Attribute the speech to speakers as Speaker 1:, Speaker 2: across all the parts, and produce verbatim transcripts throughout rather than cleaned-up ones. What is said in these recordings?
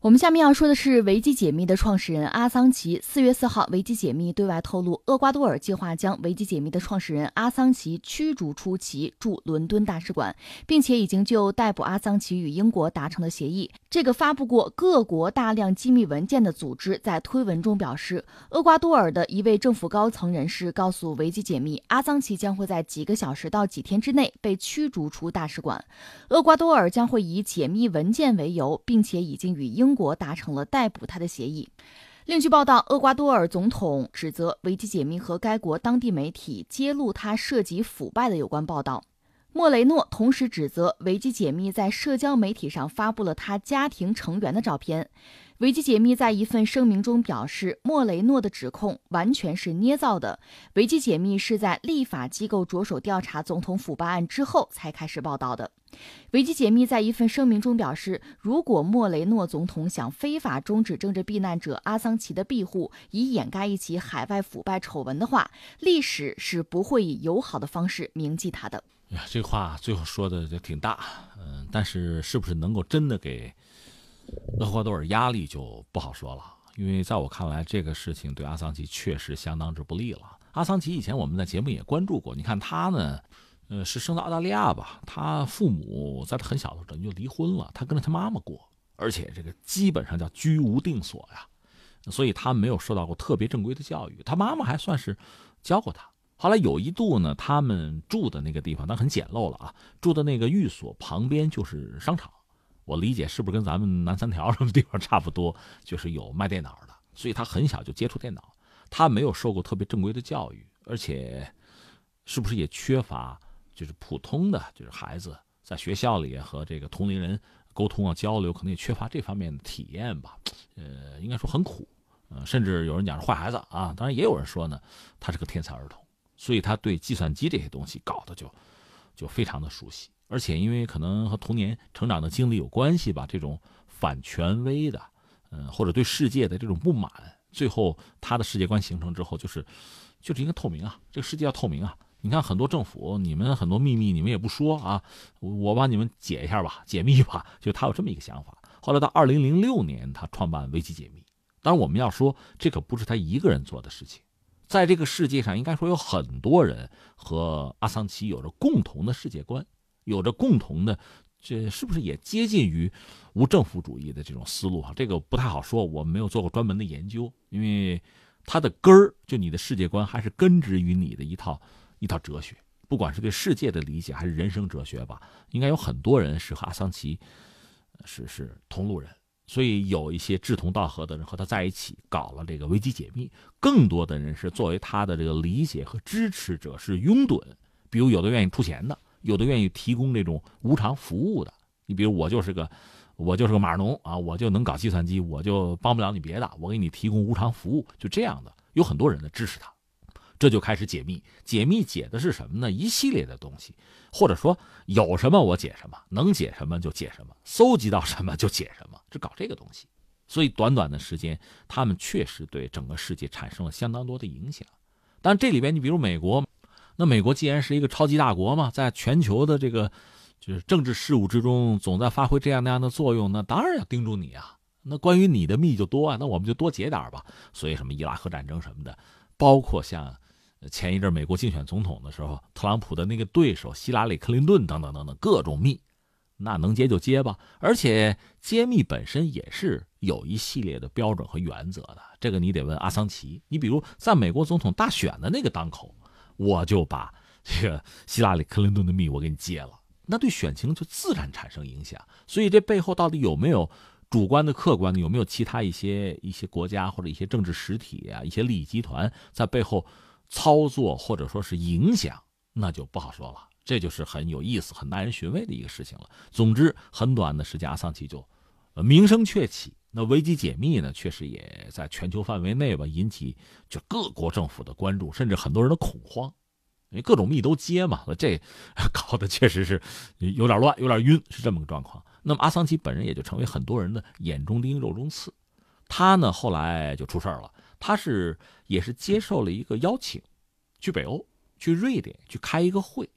Speaker 1: 我们下面要说的是维基解密的创始人阿桑奇。四月四号，维基解密对外透露，厄瓜多尔计划将维基解密的创始人阿桑奇驱逐出其驻伦敦大使馆，并且已经就逮捕阿桑奇与英国达成了协议。这个发布过各国大量机密文件的组织在推文中表示，厄瓜多尔的一位政府高层人士告诉维基解密，阿桑奇将会在几个小时到几天之内被驱逐出大使馆。厄瓜多尔将会以解密文件为由，并且已经与英国达成了逮捕他的协议。另据报道，厄瓜多尔总统指责维基解密和该国当地媒体揭露他涉及腐败的有关报道。莫雷诺同时指责维基解密在社交媒体上发布了他家庭成员的照片。维基解密在一份声明中表示，莫雷诺的指控完全是捏造的。维基解密是在立法机构着手调查总统腐败案之后才开始报道的。维基解密在一份声明中表示，如果莫雷诺总统想非法终止政治避难者阿桑奇的庇护，以掩盖一起海外腐败丑闻的话，历史是不会以友好的方式铭记他的。
Speaker 2: 呀，这话最后说的就挺大，嗯，但是是不是能够真的给厄瓜多尔压力就不好说了，因为在我看来，这个事情对阿桑奇确实相当之不利了。阿桑奇以前我们在节目也关注过，你看他呢，呃，是生在澳大利亚吧，他父母在他很小的时候等于就离婚了，他跟着他妈妈过，而且这个基本上叫居无定所呀，所以他没有受到过特别正规的教育，他妈妈还算是教过他。后来有一度呢，他们住的那个地方，但很简陋了啊，住的那个寓所旁边就是商场。我理解是不是跟咱们南三条什么地方差不多，就是有卖电脑的，所以他很小就接触电脑，他没有受过特别正规的教育，而且是不是也缺乏就是普通的就是孩子在学校里和这个同龄人沟通啊交流，可能也缺乏这方面的体验吧，呃，应该说很苦，呃，甚至有人讲是坏孩子啊，当然也有人说呢，他是个天才儿童。所以他对计算机这些东西搞得就就非常的熟悉，而且因为可能和童年成长的经历有关系吧，这种反权威的，嗯、呃，或者对世界的这种不满，最后他的世界观形成之后，就是就是应该透明啊，这个世界要透明啊。你看很多政府，你们很多秘密你们也不说啊，我帮你们解一下吧，解密吧，就他有这么一个想法。后来到二零零六年，他创办维基解密。当然我们要说，这可不是他一个人做的事情。在这个世界上，应该说有很多人和阿桑奇有着共同的世界观，有着共同的，这是不是也接近于无政府主义的这种思路啊？这个不太好说，我没有做过专门的研究，因为它的根儿，就你的世界观，还是根植于你的一套一套哲学，不管是对世界的理解，还是人生哲学吧。应该有很多人是和阿桑奇是是同路人。所以有一些志同道合的人和他在一起搞了这个维基解密，更多的人是作为他的这个理解和支持者，是拥趸。比如有的愿意出钱的，有的愿意提供这种无偿服务的。你比如我就是个我就是个码农啊，我就能搞计算机，我就帮不了你别的，我给你提供无偿服务，就这样的，有很多人的支持他。这就开始解密，解密解的是什么呢？一系列的东西，或者说有什么我解什么，能解什么就解什么，搜集到什么就解什么，就搞这个东西。所以短短的时间，他们确实对整个世界产生了相当多的影响。但这里边，你比如美国，那美国既然是一个超级大国嘛，在全球的这个就是政治事务之中，总在发挥这样那样的作用，那当然要盯住你啊。那关于你的密就多啊，那我们就多解点吧。所以什么伊拉克战争什么的，包括像前一阵美国竞选总统的时候，特朗普的那个对手希拉里·克林顿等等等等各种密，那能接就接吧。而且揭密本身也是有一系列的标准和原则的，这个你得问阿桑奇。你比如在美国总统大选的那个当口，我就把这个希拉里·克林顿的密我给你揭了，那对选情就自然产生影响。所以这背后到底有没有主观的、客观的，有没有其他一些一些国家或者一些政治实体啊、一些利益集团在背后操作或者说是影响，那就不好说了。这就是很有意思、很耐人寻味的一个事情了。总之，很短的时间，阿桑奇就呃名声鹊起。那维基解密呢，确实也在全球范围内吧，引起就各国政府的关注，甚至很多人的恐慌，因为各种密都接嘛，这搞得确实是有点乱、有点晕，是这么个状况。那么阿桑奇本人也就成为很多人的眼中钉、肉中刺。他呢，后来就出事了。他是也是接受了一个邀请，去北欧、去瑞典去开一个会。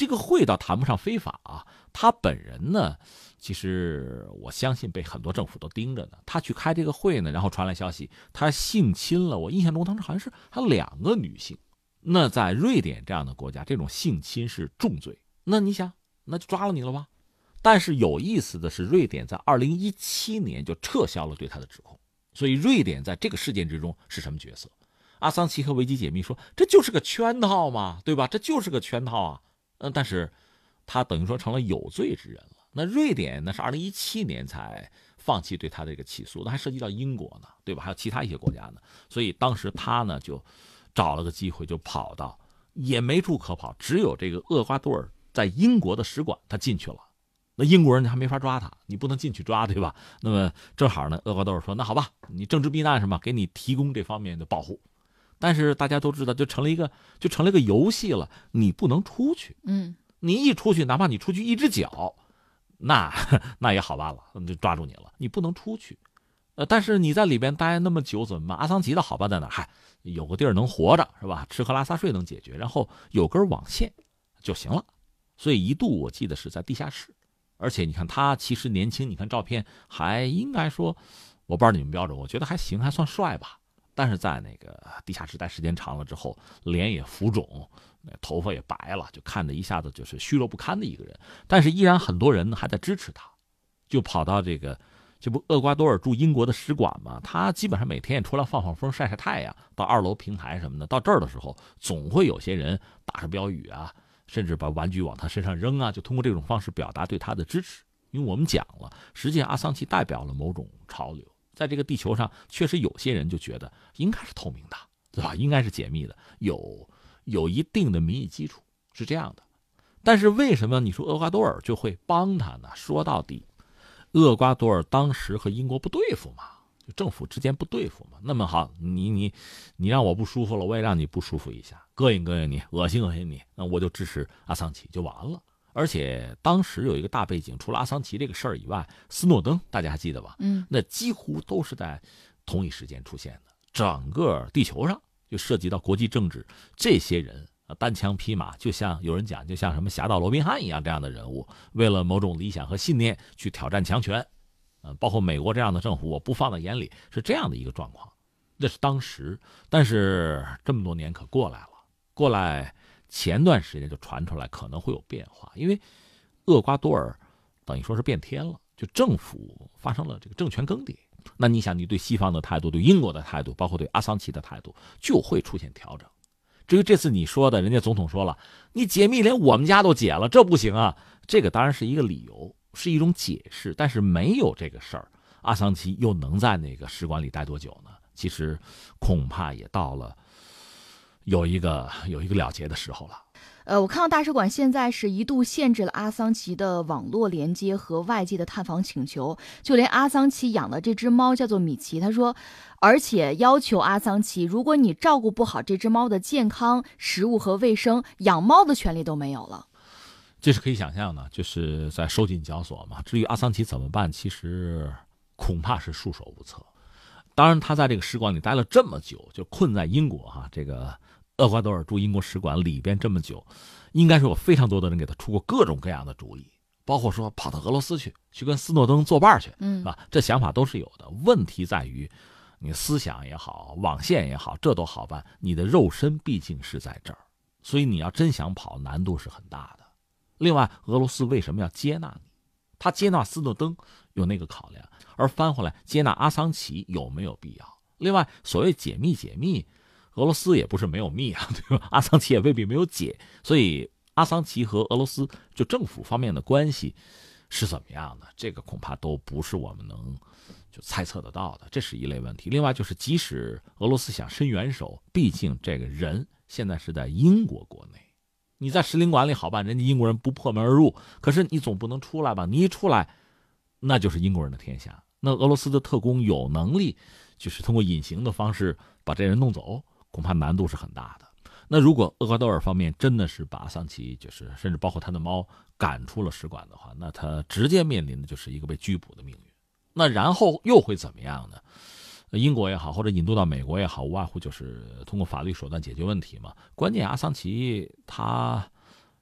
Speaker 2: 这个会倒谈不上非法啊，他本人呢，其实我相信被很多政府都盯着呢。他去开这个会呢，然后传来消息，他性侵了，我印象中当时好像是还有两个女性。那在瑞典这样的国家，这种性侵是重罪。那你想，那就抓了你了吧？但是有意思的是，瑞典在二零一七年就撤销了对他的指控。所以瑞典在这个事件之中是什么角色？阿桑奇和维基解密说这就是个圈套嘛，对吧？这就是个圈套啊。嗯，但是他等于说成了有罪之人了。那瑞典那是二零一七年才放弃对他这个起诉，那还涉及到英国呢，对吧？还有其他一些国家呢。所以当时他呢就找了个机会就跑到，也没处可跑，只有这个厄瓜多尔在英国的使馆，他进去了。那英国人还没法抓他，你不能进去抓，对吧？那么正好呢，厄瓜多尔说那好吧，你政治避难是吗？给你提供这方面的保护。但是大家都知道，就成了一个就成了一个游戏了。你不能出去，
Speaker 1: 嗯，
Speaker 2: 你一出去，哪怕你出去一只脚，那那也好办了，就抓住你了。你不能出去，呃，但是你在里边待那么久怎么办？阿桑奇的好办在哪？嗨，有个地儿能活着是吧？吃喝拉撒睡能解决，然后有根网线就行了。所以一度我记得是在地下室，而且你看他其实年轻，你看照片还应该说，我不知道你们标准，我觉得还行，还算帅吧。但是在那个地下室待时间长了之后，脸也浮肿，头发也白了，就看着一下子就是虚弱不堪的一个人。但是依然很多人还在支持他，就跑到这个这不厄瓜多尔驻英国的使馆嘛，他基本上每天也出来放放风、晒晒太阳，到二楼平台什么的。到这儿的时候，总会有些人打着标语啊，甚至把玩具往他身上扔啊，就通过这种方式表达对他的支持。因为我们讲了，实际上阿桑奇代表了某种潮流。在这个地球上，确实有些人就觉得应该是透明的，对吧？应该是解密的，有有一定的民意基础，是这样的。但是为什么你说厄瓜多尔就会帮他呢？说到底，厄瓜多尔当时和英国不对付嘛，就政府之间不对付嘛。那么好，你你你让我不舒服了，我也让你不舒服一下，膈应膈应你，恶心恶心你，那我就支持阿桑奇就完了。而且当时有一个大背景，除了阿桑奇这个事儿以外，斯诺登大家还记得吧？
Speaker 1: 嗯，
Speaker 2: 那几乎都是在同一时间出现的。整个地球上就涉及到国际政治，这些人啊单枪匹马，就像有人讲，就像什么侠盗罗宾汉一样这样的人物，为了某种理想和信念去挑战强权，呃，包括美国这样的政府，我不放在眼里，是这样的一个状况。这是当时，但是这么多年可过来了，过来。前段时间就传出来可能会有变化，因为厄瓜多尔等于说是变天了，就政府发生了这个政权更迭。那你想，你对西方的态度、对英国的态度，包括对阿桑奇的态度，就会出现调整。至于这次你说的，人家总统说了，你解密连我们家都解了，这不行啊。这个当然是一个理由，是一种解释，但是没有这个事儿，阿桑奇又能在那个使馆里待多久呢？其实恐怕也到了。有一个有一个了结的时候了。
Speaker 1: 呃，我看到大使馆现在是一度限制了阿桑奇的网络连接和外界的探访请求，就连阿桑奇养的这只猫叫做米奇，他说，而且要求阿桑奇，如果你照顾不好这只猫的健康、食物和卫生，养猫的权利都没有了。
Speaker 2: 这是可以想象的，就是在收紧绞索嘛。至于阿桑奇怎么办，其实恐怕是束手无策。当然，他在这个使馆里待了这么久，就困在英国哈，这个厄瓜多尔驻英国使馆里边这么久，应该是有非常多的人给他出过各种各样的主意，包括说跑到俄罗斯去，去跟斯诺登作伴去，
Speaker 1: 嗯，
Speaker 2: 啊，这想法都是有的。问题在于，你思想也好，网线也好，这都好办，你的肉身毕竟是在这儿，所以你要真想跑，难度是很大的。另外，俄罗斯为什么要接纳你？他接纳斯诺登有那个考量，而翻回来接纳阿桑奇有没有必要？另外，所谓解密解密，俄罗斯也不是没有密啊，对吧？阿桑奇也未必没有解，所以阿桑奇和俄罗斯就政府方面的关系是怎么样的？这个恐怕都不是我们能就猜测得到的，这是一类问题。另外就是，即使俄罗斯想伸援手，毕竟这个人现在是在英国国内。你在使领馆里好办，人家英国人不破门而入，可是你总不能出来吧？你一出来，那就是英国人的天下。那俄罗斯的特工有能力，就是通过隐形的方式把这人弄走，恐怕难度是很大的。那如果厄瓜多尔方面真的是把阿桑奇，就是甚至包括他的猫赶出了使馆的话，那他直接面临的就是一个被拘捕的命运。那然后又会怎么样呢？英国也好，或者引渡到美国也好，无外乎就是通过法律手段解决问题嘛。关键阿桑奇他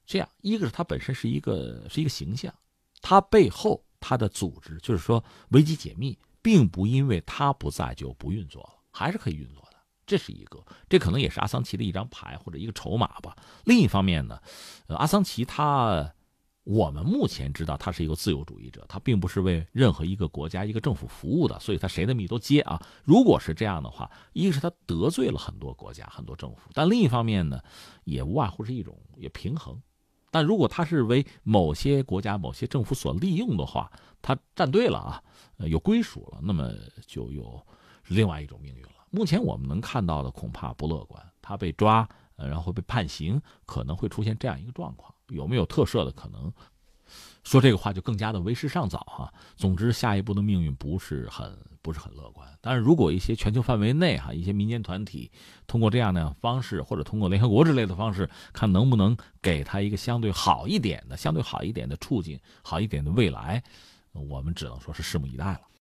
Speaker 2: 这样，一个是它本身是一个是一个形象，它背后它的组织，就是说维基解密并不因为它不在就不运作了，还是可以运作的。这是一个，这可能也是阿桑奇的一张牌或者一个筹码吧。另一方面呢，呃，阿桑奇他，我们目前知道他是一个自由主义者，他并不是为任何一个国家一个政府服务的，所以他谁的密都接啊。如果是这样的话，一个是他得罪了很多国家很多政府，但另一方面呢，也无外乎是一种也平衡。但如果他是为某些国家某些政府所利用的话，他站队了啊，呃，有归属了，那么就有另外一种命运了。目前我们能看到的恐怕不乐观，他被抓，呃，然后被判刑，可能会出现这样一个状况。有没有特赦的可能？说这个话就更加的为时尚早哈。总之，下一步的命运不是很不是很乐观。但是如果一些全球范围内哈一些民间团体通过这样的方式，或者通过联合国之类的方式，看能不能给他一个相对好一点的、相对好一点的处境、好一点的未来，我们只能说是拭目以待了。